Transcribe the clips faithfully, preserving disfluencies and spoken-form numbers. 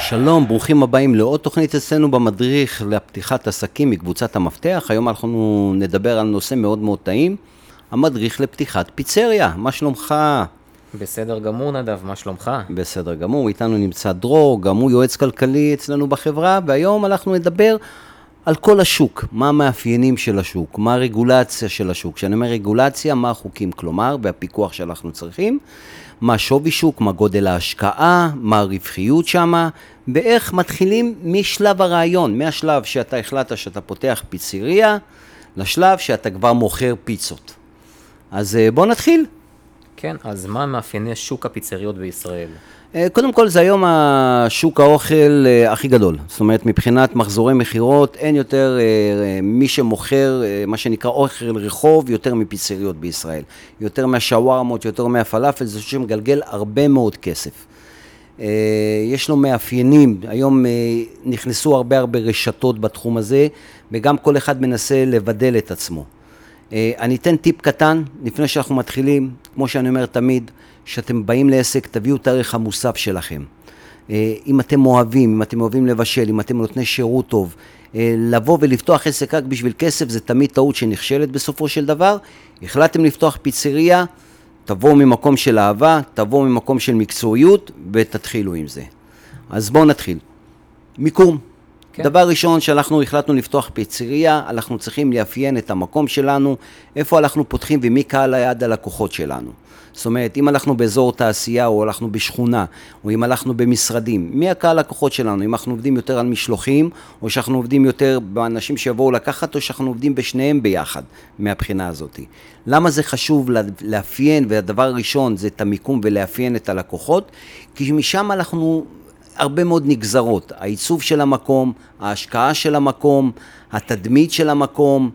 שלום, ברוכים הבאים לעוד תוכנית אצלנו במדריך לפתיחת עסקים מקבוצת המפתח. היום אנחנו נדבר על נושא מאוד מאוד טעים, המדריך לפתיחת פיצריה. מה שלומך? בסדר גמור נדב, מה שלומך? בסדר גמור, איתנו נמצא דרור, גם הוא יועץ כלכלי אצלנו בחברה, והיום אנחנו נדבר על כל השוק, מה המאפיינים של השוק, מה הרגולציה של השוק. כשאני אומר רגולציה, מה החוקים, כלומר, והפיקוח שאנחנו צריכים, מה שווי שוק, מה גודל ההשקעה, מה הרווחיות שמה, ואיך מתחילים משלב הרעיון, מהשלב שאתה החלטת שאתה פותח פיצריה, לשלב שאתה כבר מוכר פיצות. אז בוא נתחיל. כן, אז מה מאפייני שוק הפיצריות בישראל? קודם כל זה היום השוק האוכל הכי גדול, זאת אומרת מבחינת מחזורי מחירות אין יותר מי שמוכר מה שנקרא אוכל רחוב יותר מפיצריות בישראל, יותר מהשווארמות, יותר מהפלאפל, זה שמגלגל הרבה מאוד כסף. יש לו מאפיינים, היום נכנסו הרבה הרבה רשתות בתחום הזה וגם כל אחד מנסה לבדל את עצמו. אני אתן טיפ קטן לפני שאנחנו מתחילים, כמו שאני אומר תמיד, שאתם באים לעסק, תביאו את הערך המוסף שלכם. אם אתם אוהבים, אם אתם אוהבים לבשל, אם אתם נותני שירות טוב, לבוא ולפתוח עסק רק בשביל כסף, זה תמיד טעות שנכשלת בסופו של דבר. החלטתם לפתוח פיצריה, תבואו ממקום של אהבה, תבואו ממקום של מקצועיות, ותתחילו עם זה. אז בואו נתחיל. מיקום. כן. דבר ראשון שאנחנו החלטנו לפתוח פיצריה, אנחנו צריכים לאפיין את המקום שלנו, איפה אנחנו פותחים ומי קהל היעד הלקוחות שלנו. זאת אומרת, אם אנחנו באזור תעשייה או אנחנו בשכונה, או אם אנחנו במשרדים, מי הקהל לקוחות שלנו? אם אנחנו עובדים יותר על משלוחים, או שאנחנו עובדים יותר באנשים שיבואו לקחת, או שאנחנו עובדים בשניהם ביחד, מהבחינה הזאת. למה זה חשוב לאפיין, והדבר הראשון זה את המיקום ולאפיין את הלקוחות? כי משם אנחנו הרבה מאוד נגזרות, העיצוב של המקום, ההשקעה של המקום, התדמית של המקום,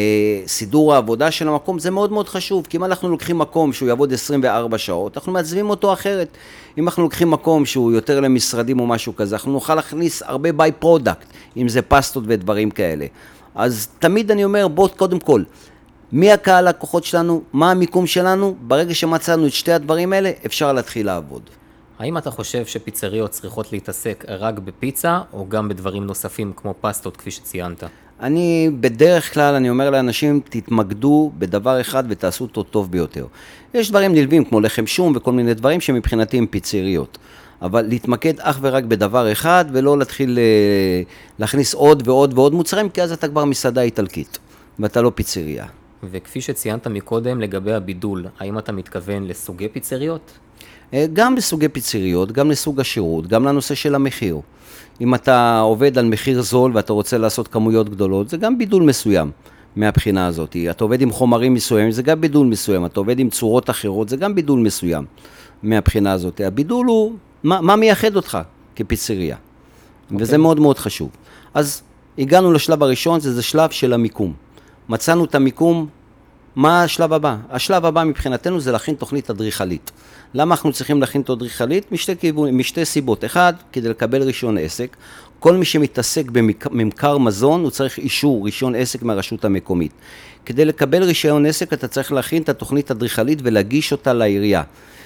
סידור העבודה של המקום, זה מאוד מאוד חשוב, כי אם אנחנו לוקחים מקום שהוא יעבוד עשרים וארבע שעות, אנחנו מעצבים אותו אחרת. אם אנחנו לוקחים מקום שהוא יותר למשרדים או משהו כזה, אנחנו נוכל להכניס הרבה ביי פרודקט, אם זה פסטות ודברים כאלה. אז תמיד אני אומר, בוא קודם כל, מי הקהל לקוחות שלנו, מה המיקום שלנו, ברגע שמצאנו את שתי הדברים האלה, אפשר להתחיל לעבוד. האם אתה חושב שפיצריות צריכות להתעסק רק בפיצה, או גם בדברים נוספים כמו פסטות, כפי שציינת? אני בדרך כלל, אני אומר לאנשים, תתמקדו בדבר אחד ותעשו אותו טוב ביותר. יש דברים נלווים כמו לחם שום וכל מיני דברים שמבחינתי הם פיצריות. אבל להתמקד אך ורק בדבר אחד ולא להתחיל להכניס עוד ועוד ועוד מוצרים, כי אז אתה כבר מסעדה איטלקית ואתה לא פיצריה. וכפי שציינת מקודם לגבי הבידול, האם אתה מתכוון לסוגי פיצריות? גם לסוגי פיצריות, גם לסוג השירות, גם לנושא של המחיר. אם אתה עובד על מחיר זול ואתה רוצה לעשות כמויות גדולות, זה גם בידול מסוים מהבחינה הזאת. אתה עובד עם חומרים מסוימים, זה גם בידול מסוים. אתה עובד עם צורות אחרות, זה גם בידול מסוים מהבחינה הזאת. הבידול הוא, מה, מה מייחד אותך כפיצריה? Okay. וזה מאוד מאוד חשוב. אז הגענו לשלב הראשון, זה, זה שלב של המיקום. מצאנו את המיקום, מה השלב הבא? השלב הבא מבחינתנו זה להכין תוכנית אדריכלית. למה אנחנו צריכים להכין את אדריכלית? משתי כיוונים, משתי סיבות. אחד, כדי לקבל רישיון עסק. כל מי שמתעסק בממכר מזון, הוא צריך אישור רישיון עסק מהרשות המקומית. כדי לקבל רישיון עסק, אתה צריך להכין את התוכנית אדריכלית ולהגיש אותה לעירייה.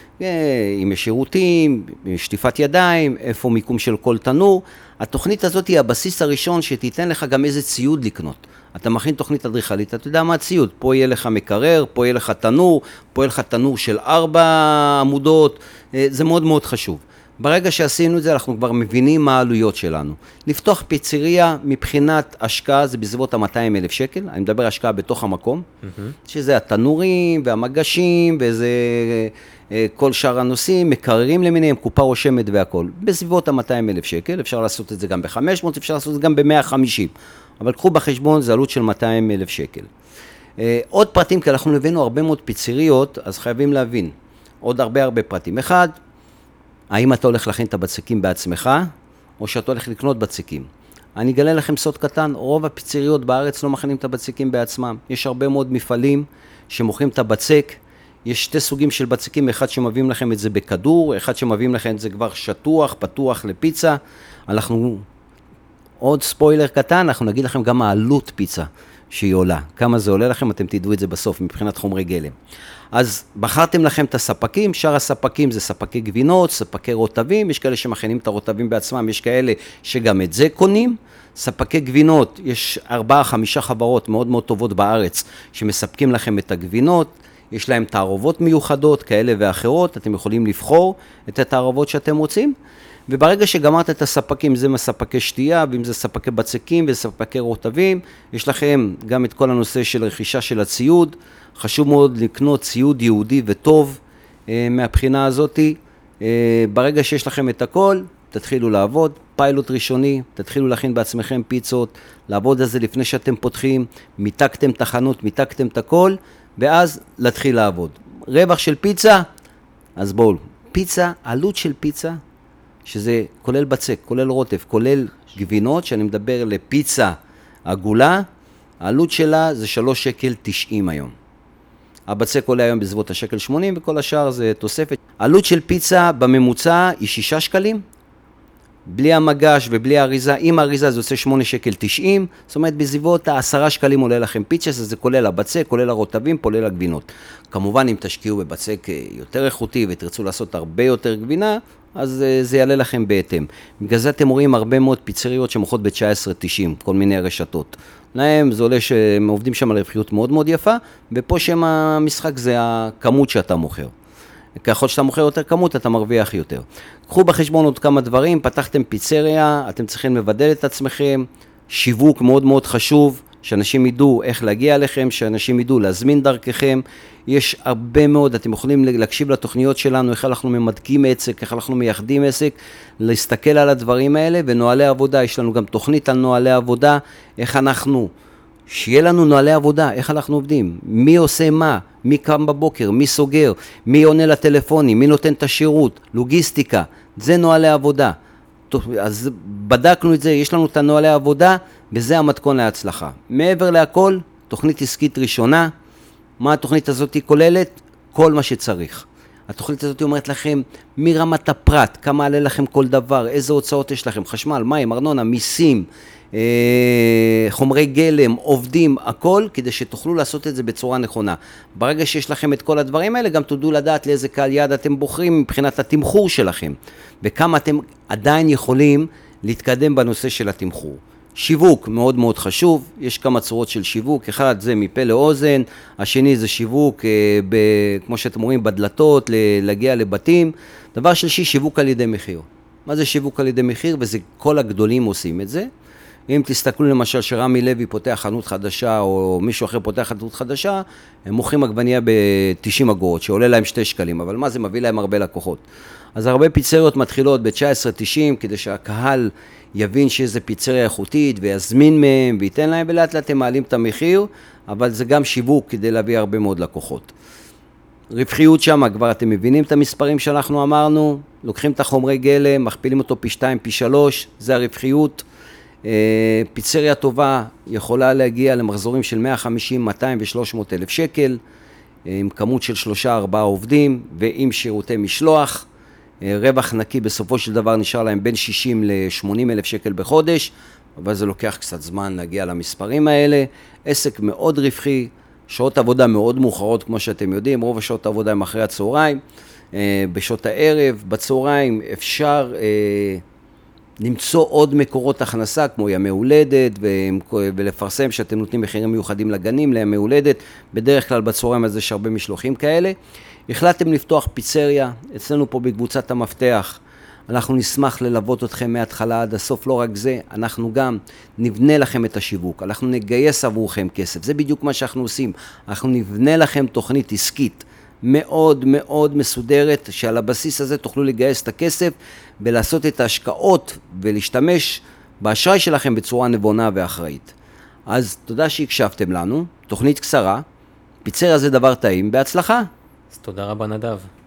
עם שירותים, עם שטיפת ידיים, איפה מיקום של כל תנור. התוכנית הזאת היא הבסיס הראשון שתיתן לך גם איזה ציוד לקנות. אתה מכין תוכנית אדריכלית, אתה יודע מה הציוד, פה יהיה לך מקרר, פה יהיה לך תנור, פה יהיה לך תנור של ארבע עמודות, זה מאוד מאוד חשוב. ברגע שעשינו את זה, אנחנו כבר מבינים מה העלויות שלנו. לפתוח פיצריה מבחינת השקעה זה בסביבות ה-מאתיים אלף שקל, אני מדבר השקעה בתוך המקום, mm-hmm. שזה התנורים והמגשים וזה כל שאר הנושאים, מקררים למיניהם, קופה רושמת והכל. בסביבות ה-מאתיים אלף שקל, אפשר לעשות את זה גם ב-חמש מאות, אפשר לעשות את זה גם ב-מאה וחמישים. אבל קחו בחשבון, זה עלות של מאתיים אלף שקל. עוד פרטים, כי אנחנו הבאנו הרבה מאוד פיצריות, אז חייבים להבין עוד הרבה הרבה פרטים. אחד, האם אתה הולך להכין את הבצקים בעצמך, או שאתה הולך לקנות בצקים? אני אגלה לכם סוד קטן, רוב הפיצריות בארץ לא מכינים את הבצקים בעצמם. יש הרבה מאוד מפעלים שמוכרים את הבצק, יש שתי סוגים של בצקים, אחד שמביאים לכם את זה בכדור, אחד שמביאים לכם את זה כבר שטוח, פתוח לפיצה. אנחנו, עוד ספוילר קטן, אנחנו נגיד לכם גם העלות פיצה שהיא עולה. כמה זה עולה לכם, אתם תדעו את זה בסוף, מבחינת חומרי גלם. אז בחרתם לכם את הספקים, שאר הספקים זה ספקי גבינות, ספקי רוטבים, יש כאלה שמכינים את הרוטבים בעצמם, יש כאלה שגם את זה קונים. ספקי גבינות, יש ארבעה, חמישה חברות מאוד מאוד טובות בארץ, שמספקים לכם את הגבינות, יש להם תערובות מיוחדות, כאלה ואחרות, אתם יכולים לבחור את התערובות שאתם רוצים, וברגע שגמרת את הספקים, זה מספקי שתייה, ואם זה ספקי בצקים וספקי רוטבים, יש לכם גם את כל הנושא של רכישה של הציוד, חשוב מאוד לקנות ציוד יהודי וטוב אה, מהבחינה הזאת, אה, ברגע שיש לכם את הכל, תתחילו לעבוד, פיילוט ראשוני, תתחילו להכין בעצמכם פיצות, לעבוד על זה לפני שאתם פותחים, מיתקתם את החנות, מיתקתם את הכל, ואז להתחיל לעבוד. רווח של פיצה, אז בואו, פיצה, עלות של פיצה, שזה כולל בצק, כולל רוטף, כולל גבינות, שאני מדבר לפיצה עגולה, העלות שלה זה שלוש שקל תשעים היום. הבצק עולה היום בסביבות השקל שמונים, וכל השאר זה תוספת. עלות של פיצה בממוצע היא שישה שקלים, בלי המגש ובלי האריזה, עם האריזה זה עושה שמונה שקל תשעים, זאת אומרת בסביבות העשרה שקלים עולה לכם פיצה, זה כולל הבצק, כולל הרוטבים, כולל הגבינות. כמובן אם תשקיעו בבצק יותר איכותי ותרצו לעשות הרבה יותר גבינה, אז זה יעלה לכם בהתאם. בגלל זה אתם רואים הרבה מאוד פיצריות שמוכרות ב-תשע עשרה תשעים, כל מיני רשתות. להם זה עולה שהם עובדים שם על רווחיות מאוד מאוד יפה, ופה שם המשחק זה הכמות שאתה מוכר. ככל שאתה מוכר יותר כמות, אתה מרוויח יותר. קחו בחשבון עוד כמה דברים, פתחתם פיצריה, אתם צריכים לבדל את עצמכם, שיווק מאוד מאוד חשוב, שאנשים ידעו איך להגיע אליכם, שאנשים ידעו להזמין דרככם. יש הרבה מאוד, אתם יכולים להקשיב לתוכניות שלנו, איך אנחנו ממדקים עסק, איך אנחנו מייחדים עסק, להסתכל על הדברים האלה, ונועלי עבודה, יש לנו גם תוכנית על נועלי עבודה, איך אנחנו, שיהיה לנו נועלי עבודה, איך אנחנו עובדים, מי עושה מה, מי קם בבוקר, מי סוגר, מי עונה לטלפונים, מי נותן את השירות, לוגיסטיקה, זה נועלי עבודה. אז בדקנו את זה, יש לנו את הנועלי עבודה, וזה המתכון להצלחה. מעבר להכל, תוכנית עסקית ראשונה, מה התוכנית הזאת כוללת? כל מה שצריך. התוכנית הזאת אומרת לכם, מרמת הפרט, כמה עלה לכם כל דבר, איזה הוצאות יש לכם, חשמל, מים, ארנונה, מיסים, חומרי גלם, עובדים, הכל, כדי שתוכלו לעשות את זה בצורה נכונה. ברגע שיש לכם את כל הדברים האלה, גם תדעו לדעת לאיזה קהל יעד אתם בוחרים מבחינת התמחור שלכם, וכמה אתם עדיין יכולים להתקדם בנושא של התמחור. שיווק מאוד מאוד חשוב, יש כמה צורות של שיווק, אחד זה מפה לאוזן, השני זה שיווק, ב, כמו שאתם רואים, בדלתות, להגיע לבתים. דבר שלישי, שיווק על ידי מחיר. מה זה שיווק על ידי מחיר? וזה כל הגדולים עושים את זה. אם תסתכלו למשל שרמי לוי פותח חנות חדשה, או מישהו אחר פותח חנות חדשה, הם מוכרים עגבנייה ב-תשעים אגורות, שעולה להם שתי שקלים, אבל מה זה מביא להם הרבה לקוחות. אז הרבה פיצריות מתחילות ב-תשע עשרה תשעים, כדי שהקהל יבין שזה פיצריה איכותית, ויזמין מהם, וייתן להם, ולאט לאט הם מעלים את המחיר, אבל זה גם שיווק כדי להביא הרבה מאוד לקוחות. רווחיות שם, כבר אתם מבינים את המספרים שאנחנו אמרנו, לוקחים את החומרי גלם, מכפילים אותו פי שתיים, פי שלוש, זה הרווחיות. פיצריה טובה יכולה להגיע למחזורים של מאה וחמישים, מאתיים ושלוש מאות אלף שקל, עם כמות של שלושה ארבעה עובדים, ועם שירותי משלוח. רווח נקי בסופו של דבר נשאר להם בין שישים ל-שמונים אלף שקל בחודש, אבל זה לוקח קצת זמן להגיע למספרים האלה. עסק מאוד רווחי, שעות עבודה מאוד מאוחרות כמו שאתם יודעים, רוב השעות העבודה הם אחרי הצהריים, בשעות הערב, בצהריים אפשר למצוא עוד מקורות הכנסה כמו ימי הולדת, ולפרסם שאתם נותנים מחירים מיוחדים לגנים לימי הולדת, בדרך כלל בצהריים הזה יש הרבה משלוחים כאלה. החלטתם לפתוח פיצריה, אצלנו פה בקבוצת המפתח, אנחנו נשמח ללוות אתכם מההתחלה עד הסוף, לא רק זה, אנחנו גם נבנה לכם את השיווק, אנחנו נגייס עבורכם כסף, זה בדיוק מה שאנחנו עושים, אנחנו נבנה לכם תוכנית עסקית מאוד מאוד מסודרת, שעל הבסיס הזה תוכלו לגייס את הכסף, ולעשות את ההשקעות ולהשתמש באשראי שלכם בצורה נבונה ואחראית. אז תודה שהקשבתם לנו, תוכנית קצרה, פיצריה זה דבר טעים, בהצלחה. אז תודה רבה נדב.